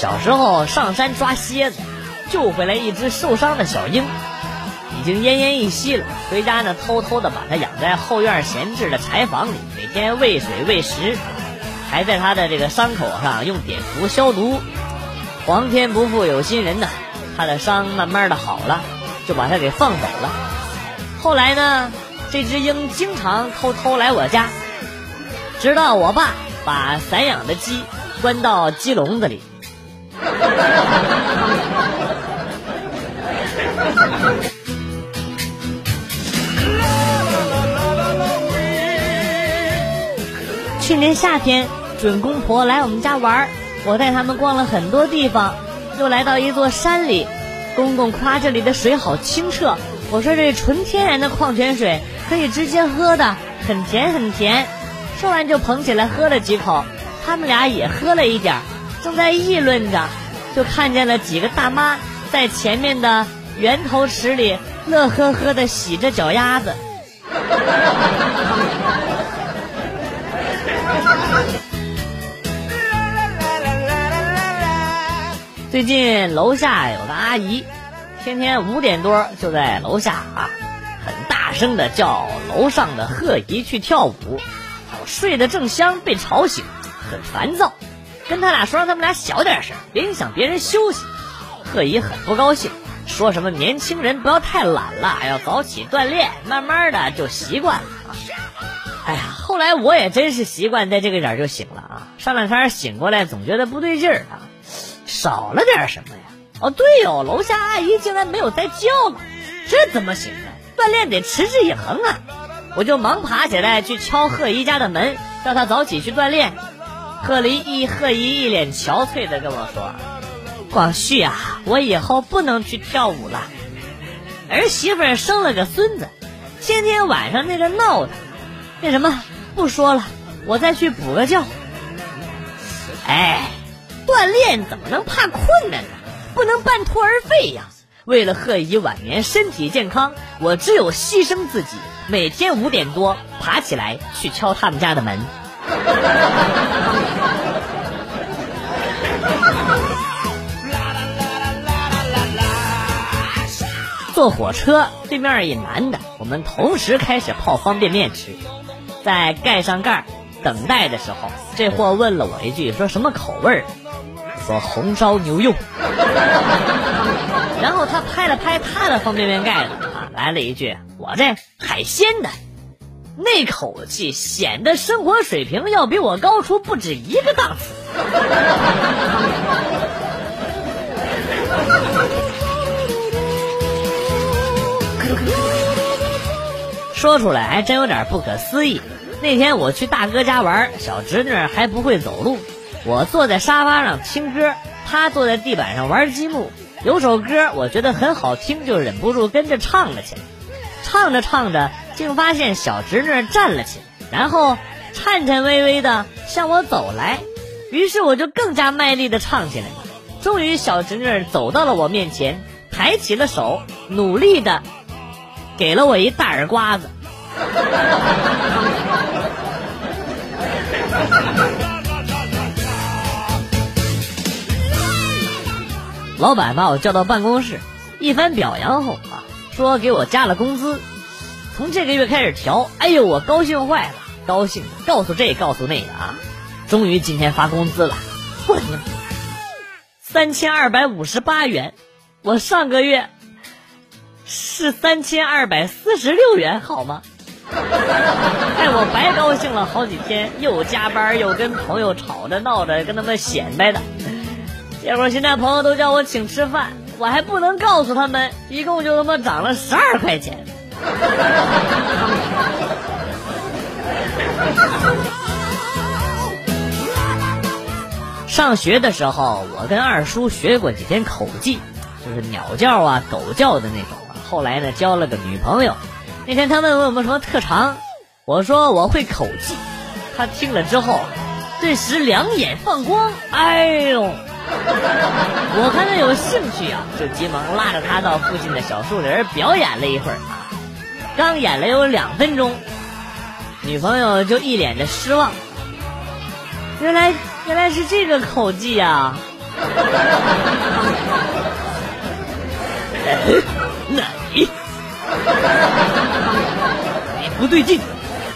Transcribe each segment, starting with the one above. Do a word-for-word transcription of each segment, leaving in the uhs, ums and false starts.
小时候上山抓蝎子，救回来一只受伤的小鹰，已经奄奄一息了。回家呢，偷偷的把它养在后院闲置的柴房里，每天喂水喂食，还在它的这个伤口上用碘伏消毒。皇天不负有心人呐，它的伤慢慢的好了，就把它给放走了。后来呢，这只鹰经常偷偷来我家，直到我爸把散养的鸡关到鸡笼子里。去年夏天，准公婆来我们家玩，我带他们逛了很多地方，又来到一座山里。公公夸这里的水好清澈，我说这纯天然的矿泉水，可以直接喝的，很甜很甜。说完就捧起来喝了几口，他们俩也喝了一点，正在议论着，就看见了几个大妈在前面的圆头池里乐呵呵地洗着脚丫子。最近楼下有个阿姨，天天五点多就在楼下啊，很大声的叫楼上的贺姨去跳舞。我睡得正香，被吵醒，很烦躁，跟他俩说让他们俩小点声，别影响别人休息。贺姨很不高兴，说什么年轻人不要太懒了，要早起锻炼，慢慢的就习惯了啊。哎呀，后来我也真是习惯在这个点就醒了啊，上两天醒过来总觉得不对劲儿啊，少了点什么呀？哦，对哦，楼下阿姨竟然没有在叫我，这怎么行呢？锻炼得持之以恒啊！我就忙爬起来去敲贺姨家的门，叫她早起去锻炼。贺姨一贺姨一脸憔悴的跟我说：“广旭啊，我以后不能去跳舞了。儿媳妇生了个孙子，天天晚上那个闹的。那什么，不说了，我再去补个觉。”哎，锻炼怎么能怕困难呢？不能半途而废呀！为了贺姨晚年身体健康，我只有牺牲自己，每天五点多爬起来去敲他们家的门。坐火车，对面一男的，我们同时开始泡方便面吃。在盖上盖等待的时候，这货问了我一句，说什么口味儿？说红烧牛肉。然后他拍了拍他的方便面盖子啊，来了一句：“我这海鲜的。”那口气显得生活水平要比我高出不止一个档次。说出来还真有点不可思议。那天我去大哥家玩，小侄女还不会走路，我坐在沙发上听歌，她坐在地板上玩积木。有首歌我觉得很好听，就忍不住跟着唱了起来。唱着唱着，竟发现小侄女站了起来，然后颤颤巍巍的向我走来。于是我就更加卖力的唱起来了。终于小侄女走到了我面前，抬起了手，努力的给了我一大耳刮子。老板把我叫到办公室，一番表扬后啊，说给我加了工资，从这个月开始调。哎呦，我高兴坏了，高兴告诉这告诉那个啊，终于今天发工资了。我的妈，三千二百五十八元，我上个月是三千二百四十六元，好吗？哎，我白高兴了好几天，又加班又跟朋友吵着闹着跟他们显摆的。结果现在朋友都叫我请吃饭，我还不能告诉他们，一共就他妈涨了十二块钱。上学的时候，我跟二叔学过几天口技，就是鸟叫啊、狗叫的那种啊。后来呢，交了个女朋友。那天他问我有没有什么特长，我说我会口技。他听了之后，顿时两眼放光。哎呦！我看他有兴趣啊，就急忙拉着他到附近的小树林表演了一会儿啊。刚演了有两分钟，女朋友就一脸的失望。原来原来是这个口技啊！ 哎，哪里？你不对劲。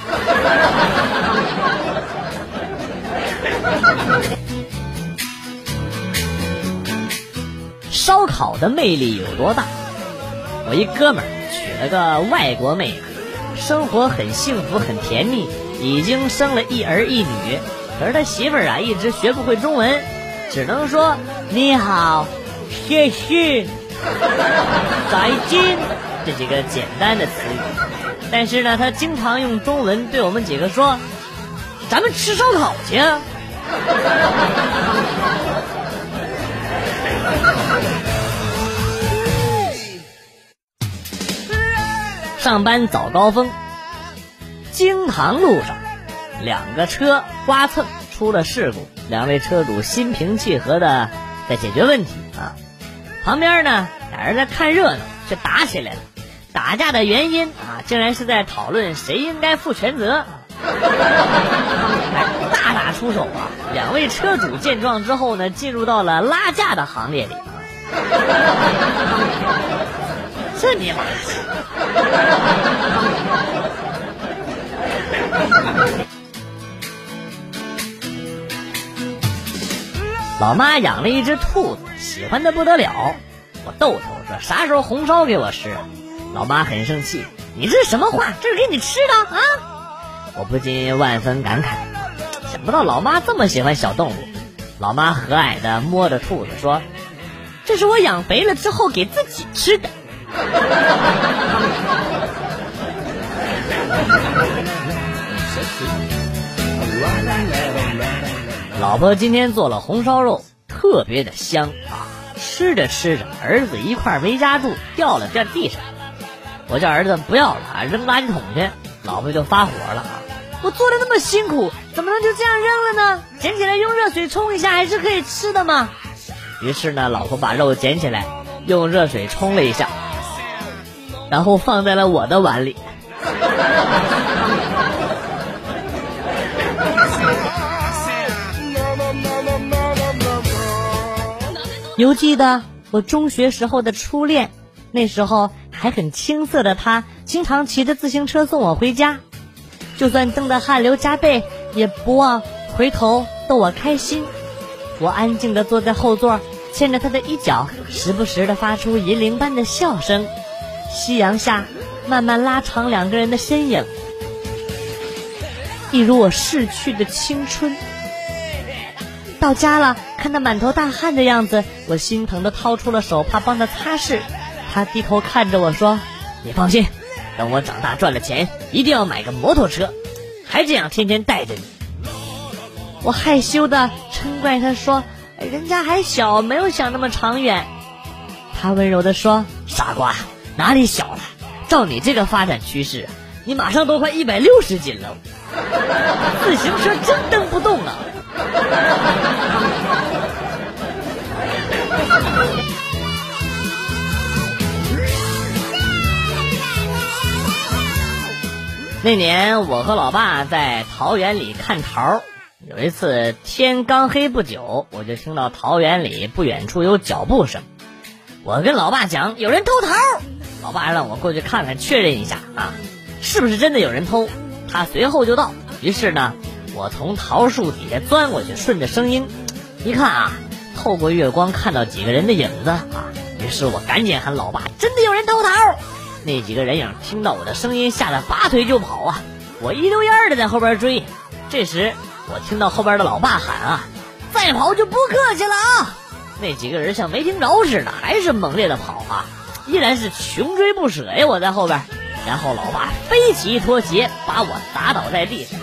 烧烤的魅力有多大？我一哥们儿娶了个外国妹子，生活很幸福很甜蜜，已经生了一儿一女。可是他媳妇儿啊一直学不会中文，只能说你好、谢谢、再见这几个简单的词语。但是呢，他经常用中文对我们几个说：“咱们吃烧烤去啊！”上班早高峰，京唐路上，两个车刮蹭出了事故，两位车主心平气和的在解决问题啊。旁边呢，俩人在看热闹，却打起来了。打架的原因啊，竟然是在讨论谁应该负全责，还大打出手啊！两位车主见状之后呢，进入到了拉架的行列里。这你妈！老妈养了一只兔子，喜欢的不得了。我逗她说：“啥时候红烧给我吃？”老妈很生气：“你这是什么话？这是给你吃的啊！”我不禁万分感慨，想不到老妈这么喜欢小动物。老妈和蔼地摸着兔子说：“这是我养肥了之后给自己吃的。”老婆今天做了红烧肉，特别的香啊！吃着吃着，儿子一块没夹住，掉了在地上。我叫儿子不要了啊，扔垃圾桶去。老婆就发火了啊！我做的那么辛苦，怎么能就这样扔了呢？捡起来用热水冲一下，还是可以吃的嘛。于是呢，老婆把肉捡起来，用热水冲了一下，然后放在了我的碗里。犹记得我中学时候的初恋，那时候还很青涩的他，经常骑着自行车送我回家，就算蹬得汗流浃背，也不忘回头逗我开心。我安静地坐在后座，牵着他的衣角，时不时地发出银铃般的笑声。夕阳下慢慢拉长两个人的身影，一如我逝去的青春。到家了，看他满头大汗的样子，我心疼地掏出了手帕帮他擦拭。他低头看着我说：“你放心，等我长大赚了钱，一定要买个摩托车，还这样天天带着你。”我害羞地嗔怪他说：“人家还小，没有想那么长远。”他温柔地说：“傻瓜，哪里小了？照你这个发展趋势，你马上都快一百六十斤了，自行车真蹬不动啊！”那年我和老爸在桃园里看桃，有一次天刚黑不久，我就听到桃园里不远处有脚步声。我跟老爸讲有人偷桃，老爸让我过去看看确认一下啊，是不是真的有人偷。他随后就到，于是呢我从桃树底下钻过去，顺着声音一看啊，透过月光看到几个人的影子啊，于是我赶紧喊老爸：“真的有人偷桃！”那几个人影听到我的声音，吓得拔腿就跑啊！我一溜烟的在后边追。这时我听到后边的老爸喊啊：“再跑就不客气了啊！”那几个人像没听着似的，还是猛烈的跑啊，依然是穷追不舍呀！我在后边，然后老爸飞起一拖鞋，把我打倒在地上。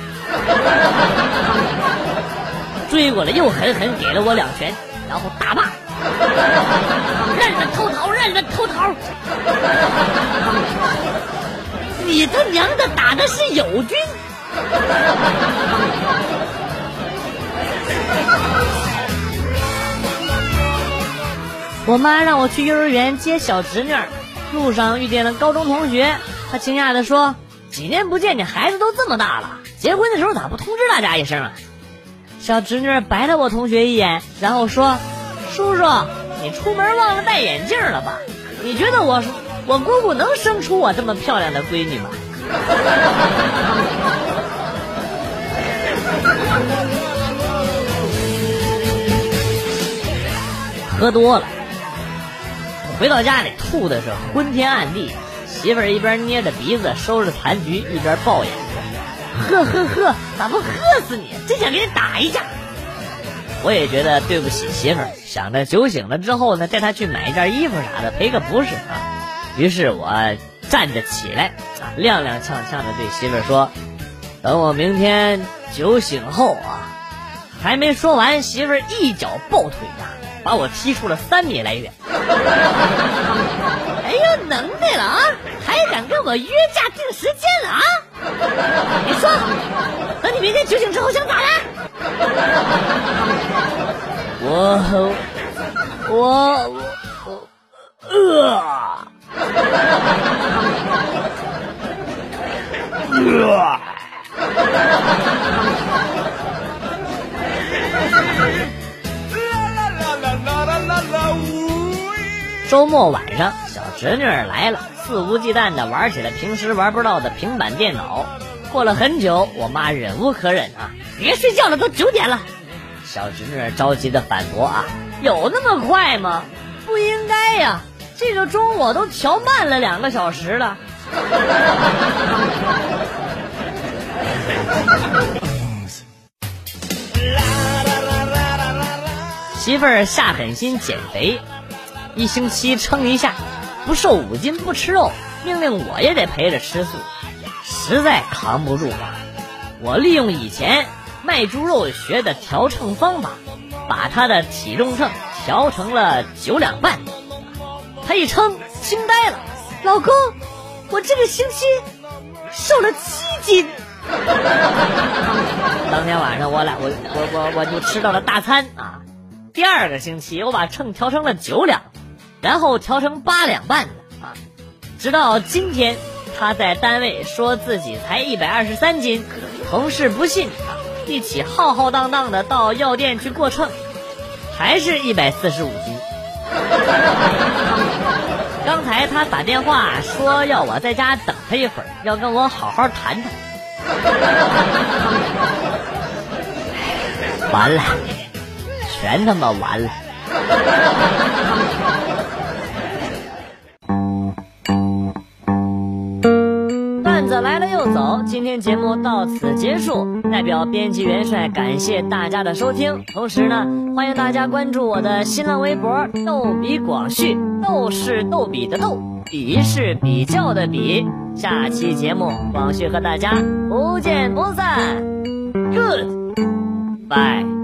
追过来又狠狠给了我两拳，然后大骂：“认了偷桃，认了偷桃！你他娘的打的是友军！”我妈让我去幼儿园接小侄女，路上遇见了高中同学，她惊讶地说：“几年不见，你孩子都这么大了，结婚的时候咋不通知大家一声啊？”小侄女白了我同学一眼，然后说：“ 叔叔，你出门忘了戴眼镜了吧？你觉得我我姑姑能生出我这么漂亮的闺女吗？喝多了，回到家里吐的是昏天暗地，媳妇儿一边捏着鼻子收拾残局，一边抱怨：呵呵呵，咋不喝死你，真想给你打一架。我也觉得对不起媳妇儿，想着酒醒了之后呢，带她去买一件衣服啥的，赔个不是啊。于是我站着起来啊，踉踉跄跄的对媳妇儿说：等我明天酒醒后啊。还没说完，媳妇儿一脚抱腿呀、啊，把我踢出了三米来远。哎呦，能耐了啊，还敢跟我约架定时间了啊？你说，等你明天酒醒之后想咋的？我我我呃呃周末晚上，小侄女儿来了，肆无忌惮地玩起了平时玩不到的平板电脑。过了很久，我妈忍无可忍啊，别睡觉了，都九点了。小侄女儿着急地反驳啊，有那么快吗？不应该呀，这个钟我都调慢了两个小时了。媳妇儿下狠心减肥，一星期称一下，不瘦五斤不吃肉，命令我也得陪着吃素，实在扛不住啊！我利用以前卖猪肉学的调秤方法，把他的体重秤调成了九两半。他一称惊呆了，老公，我这个星期瘦了七斤。当天晚上我俩我我我我就吃到了大餐啊。第二个星期我把秤调成了九两，然后调成八两半的啊，直到今天他在单位说自己才一百二十三斤，同事不信啊，一起浩浩荡荡的到药店去过称，还是一百四十五斤。刚才他打电话说要我在家等他一会儿，要跟我好好谈谈。完了，全他妈完了。段子来了又走，今天节目到此结束，代表编辑元帅感谢大家的收听，同时呢，欢迎大家关注我的新浪微博逗比广旭，逗是逗比的逗，比是比较的比。下期节目广旭和大家不见不散， Goodbye。